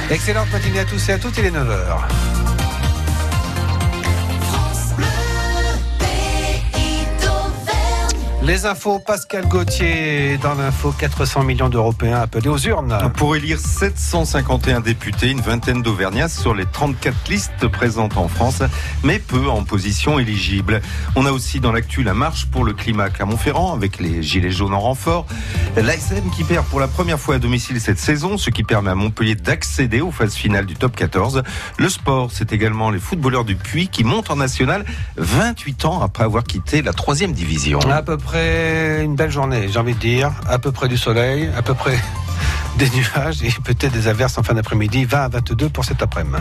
Excellente matinée à tous et à toutes, il est 9h. Les infos, Pascal Gauthier, dans l'info, 400 millions d'Européens appelés aux urnes. Pour élire 751 députés, une vingtaine d'Auvergnats sur les 34 listes présentes en France, mais peu en position éligible. On a aussi dans l'actu la marche pour le climat à Clermont-Ferrand, avec les gilets jaunes en renfort. L'ASM qui perd pour la première fois à domicile cette saison, ce qui permet à Montpellier d'accéder aux phases finales du top 14. Le sport, c'est également les footballeurs du Puy qui montent en national 28 ans après avoir quitté la 3e division. À peu près une belle journée, j'ai envie de dire. À peu près du soleil, à peu près des nuages et peut-être des averses en fin d'après-midi. 20 à 22 pour cet après-midi.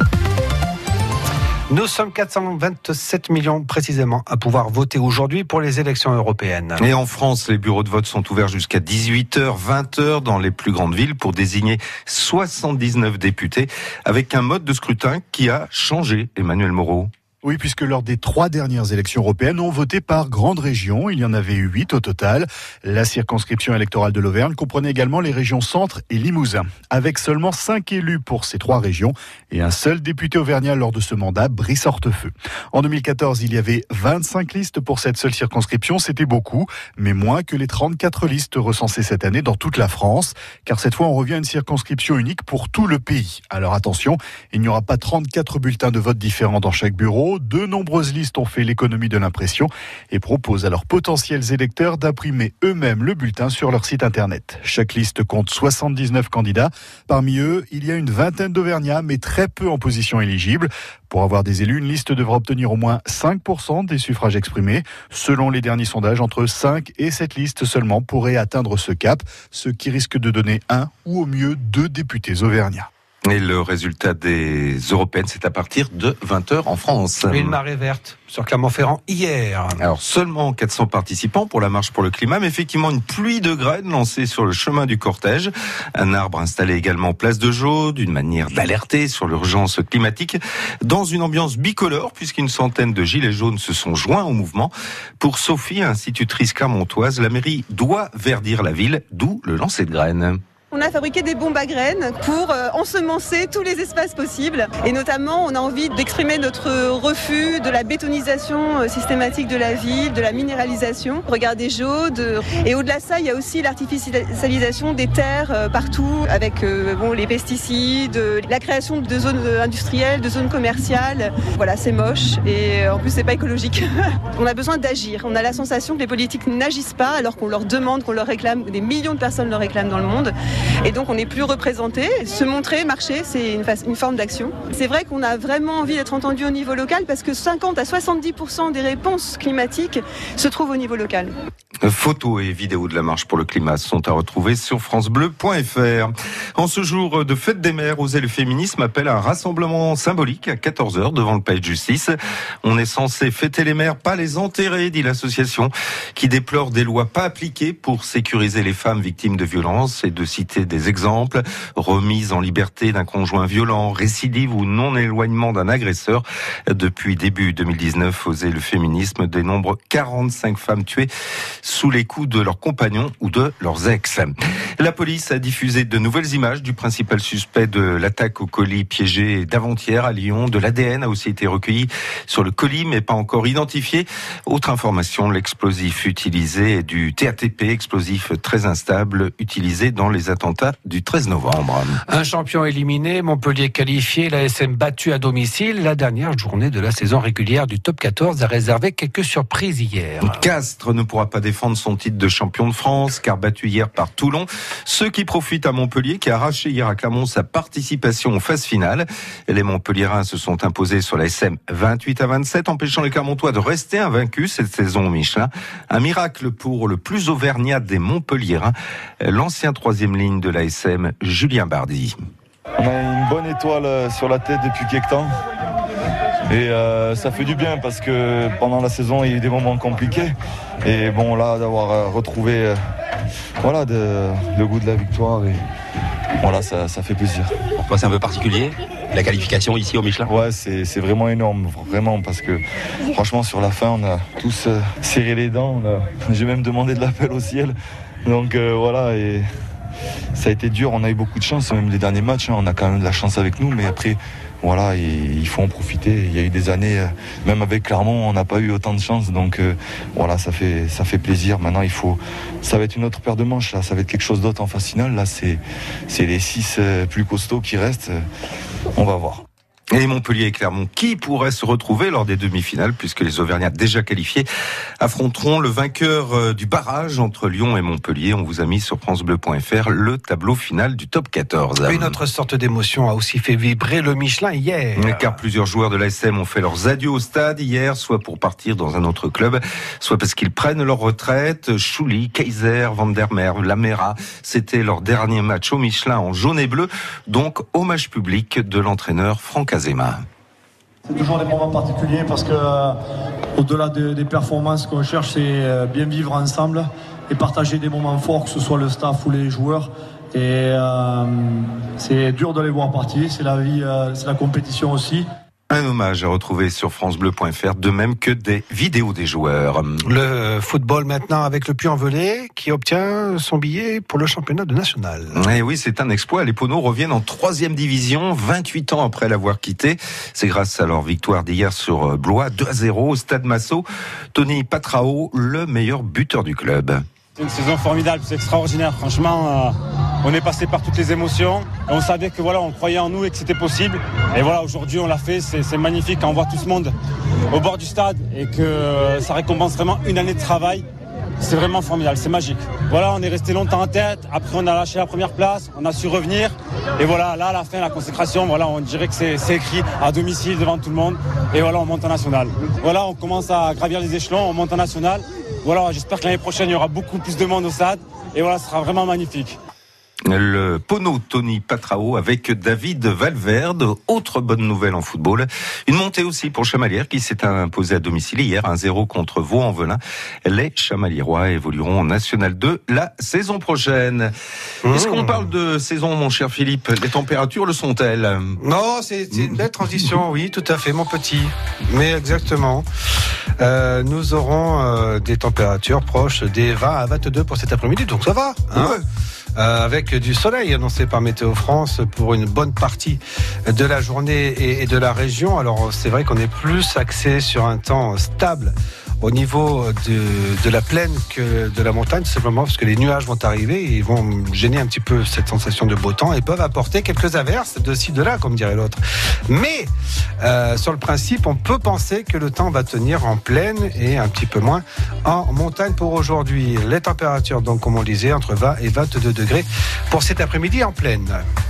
Nous sommes 427 millions précisément à pouvoir voter aujourd'hui pour les élections européennes. Et en France, les bureaux de vote sont ouverts jusqu'à 18h, 20h dans les plus grandes villes pour désigner 79 députés avec un mode de scrutin qui a changé, Emmanuel Moreau. Oui, puisque lors des 3 dernières élections européennes, on votait par grande région. Il y en avait 8 au total. La circonscription électorale de l'Auvergne comprenait également les régions Centre et Limousin. Avec seulement 5 élus pour ces 3 régions et un seul député auvergnat lors de ce mandat, Brice Hortefeux. En 2014, il y avait 25 listes pour cette seule circonscription. C'était beaucoup, mais moins que les 34 listes recensées cette année dans toute la France. Car cette fois, on revient à une circonscription unique pour tout le pays. Alors attention, il n'y aura pas 34 bulletins de vote différents dans chaque bureau. De nombreuses listes ont fait l'économie de l'impression et proposent à leurs potentiels électeurs d'imprimer eux-mêmes le bulletin sur leur site internet. Chaque liste compte 79 candidats. Parmi eux, il y a une vingtaine d'Auvergnats, mais très peu en position éligible. Pour avoir des élus, une liste devra obtenir au moins 5% des suffrages exprimés. Selon les derniers sondages, entre 5 et 7 listes seulement pourraient atteindre ce cap, ce qui risque de donner 1 ou au mieux 2 députés auvergnats. Et le résultat des européennes, c'est à partir de 20h en France. Une marée verte sur Clermont-Ferrand hier. Alors seulement 400 participants pour la marche pour le climat, mais effectivement une pluie de graines lancée sur le chemin du cortège. Un arbre installé également place de Jaude, une manière d'alerter sur l'urgence climatique, dans une ambiance bicolore, puisqu'une centaine de gilets jaunes se sont joints au mouvement. Pour Sophie, institutrice clermontoise, la mairie doit verdir la ville, d'où le lancer de graines. On a fabriqué des bombes à graines pour ensemencer tous les espaces possibles. Et notamment, on a envie d'exprimer notre refus de la bétonisation systématique de la ville, de la minéralisation. Regardez Jaude. Et au-delà de ça, il y a aussi l'artificialisation des terres partout, avec les pesticides, la création de zones industrielles, de zones commerciales. Voilà, c'est moche et en plus, c'est pas écologique. On a besoin d'agir. On a la sensation que les politiques n'agissent pas alors qu'on leur demande, qu'on leur réclame, des millions de personnes le réclament dans le monde. Et donc on n'est plus représenté. Se montrer, marcher, c'est une forme d'action. C'est vrai qu'on a vraiment envie d'être entendu au niveau local parce que 50 à 70% des réponses climatiques se trouvent au niveau local. Photos et vidéos de la marche pour le climat sont à retrouver sur francebleu.fr. En ce jour de fête des mères, Oser le féminisme appelle à un rassemblement symbolique à 14h devant le palais de justice. On est censé fêter les mères, pas les enterrer, dit l'association, qui déplore des lois pas appliquées pour sécuriser les femmes victimes de violences et de citer des exemples. Remise en liberté d'un conjoint violent, récidive ou non-éloignement d'un agresseur. Depuis début 2019, Oser le féminisme dénombre 45 femmes tuées sous les coups de leurs compagnons ou de leurs ex. La police a diffusé de nouvelles images du principal suspect de l'attaque au colis piégé d'avant-hier à Lyon. De l'ADN a aussi été recueilli sur le colis, mais pas encore identifié. Autre information, l'explosif utilisé est du TATP, explosif très instable, utilisé dans les attentats du 13 novembre. Un champion éliminé, Montpellier qualifié, l'ASM battu à domicile. La dernière journée de la saison régulière du top 14 a réservé quelques surprises hier. Castres ne pourra pas défendre son titre de champion de France, car battu hier par Toulon. Ce qui profite à Montpellier, qui a arraché hier à Clermont sa participation aux phases finales. Les Montpelliérains se sont imposés sur la SM 28 à 27, empêchant les Clermontois de rester invaincus cette saison au Michelin. Un miracle pour le plus auvergnat des Montpelliérains, l'ancien troisième ligne de la SM, Julien Bardi. On a une bonne étoile sur la tête depuis quelques temps. Et ça fait du bien parce que pendant la saison, il y a eu des moments compliqués. Et bon, là, d'avoir retrouvé le goût de la victoire, et voilà, ça fait plaisir. Pour toi, c'est un peu particulier, la qualification ici au Michelin ? Ouais, c'est vraiment énorme, vraiment, parce que franchement, sur la fin, on a tous serré les dents. J'ai même demandé de l'appel au ciel. Donc voilà, et ça a été dur. On a eu beaucoup de chance, même les derniers matchs, on a quand même de la chance avec nous, mais après, voilà, il faut en profiter. Il y a eu des années, même avec Clermont, on n'a pas eu autant de chance, donc voilà, ça fait plaisir. Maintenant, ça va être une autre paire de manches, là. Ça va être quelque chose d'autre en phase finale. Là, c'est les 6 plus costauds qui restent. On va voir. Et Montpellier et Clermont, qui pourraient se retrouver lors des demi-finales, puisque les Auvergnats déjà qualifiés affronteront le vainqueur du barrage entre Lyon et Montpellier. On vous a mis sur francebleu.fr le tableau final du top 14. Une autre sorte d'émotion a aussi fait vibrer le Michelin hier. Car plusieurs joueurs de l'ASM ont fait leurs adieux au stade hier, soit pour partir dans un autre club, soit parce qu'ils prennent leur retraite. Chouli, Kaiser, Vandermeer, Lamera, c'était leur dernier match au Michelin en jaune et bleu. Donc, hommage public de l'entraîneur Franck Azema. C'est toujours des moments particuliers parce que au-delà des performances, ce qu'on cherche, c'est bien vivre ensemble et partager des moments forts, que ce soit le staff ou les joueurs. Et c'est dur de les voir partir, c'est la vie, c'est la compétition aussi. Un hommage à retrouver sur francebleu.fr, de même que des vidéos des joueurs. Le football maintenant avec le Puy-en-Velay qui obtient son billet pour le championnat de national. Et oui, c'est un exploit. Les Poneaux reviennent en 3e division, 28 ans après l'avoir quitté. C'est grâce à leur victoire d'hier sur Blois, 2-0 au Stade Massot. Tony Patrao, le meilleur buteur du club. C'est une saison formidable, c'est extraordinaire. Franchement, on est passé par toutes les émotions. Et on savait que voilà, on croyait en nous et que c'était possible. Et voilà, aujourd'hui, on l'a fait. C'est magnifique quand on voit tout ce monde au bord du stade et que ça récompense vraiment une année de travail. C'est vraiment formidable, c'est magique. Voilà, on est resté longtemps en tête. Après, on a lâché la première place, on a su revenir. Et voilà, là, à la fin, la consécration, voilà, on dirait que c'est écrit à domicile devant tout le monde. Et voilà, on monte en national. Voilà, on commence à gravir les échelons, on monte en national. Voilà, j'espère que l'année prochaine, il y aura beaucoup plus de monde au stade. Et voilà, ce sera vraiment magnifique. Le Pono Tony Patrao avec David Valverde. Autre bonne nouvelle en football. Une montée aussi pour Chamalières qui s'est imposée à domicile hier, 1-0 contre Vaux-en-Velin. Les Chamaliérois évolueront en National 2 la saison prochaine. Est-ce qu'on parle de saison, mon cher Philippe? Les températures le sont-elles? Non, c'est une belle transition, oui, tout à fait, mon petit. Mais exactement. Nous aurons des températures proches des 20 à 22 pour cet après-midi, donc ça va. Hein, ouais. Avec du soleil annoncé par Météo France pour une bonne partie de la journée et de la région. Alors c'est vrai qu'on est plus axé sur un temps stable au niveau de la plaine que de la montagne, simplement parce que les nuages vont arriver et ils vont gêner un petit peu cette sensation de beau temps et peuvent apporter quelques averses de ci, de là, comme dirait l'autre. Mais sur le principe, on peut penser que le temps va tenir en plaine et un petit peu moins en montagne pour aujourd'hui. Les températures, donc, comme on le disait, entre 20 et 22 degrés pour cet après-midi en plaine.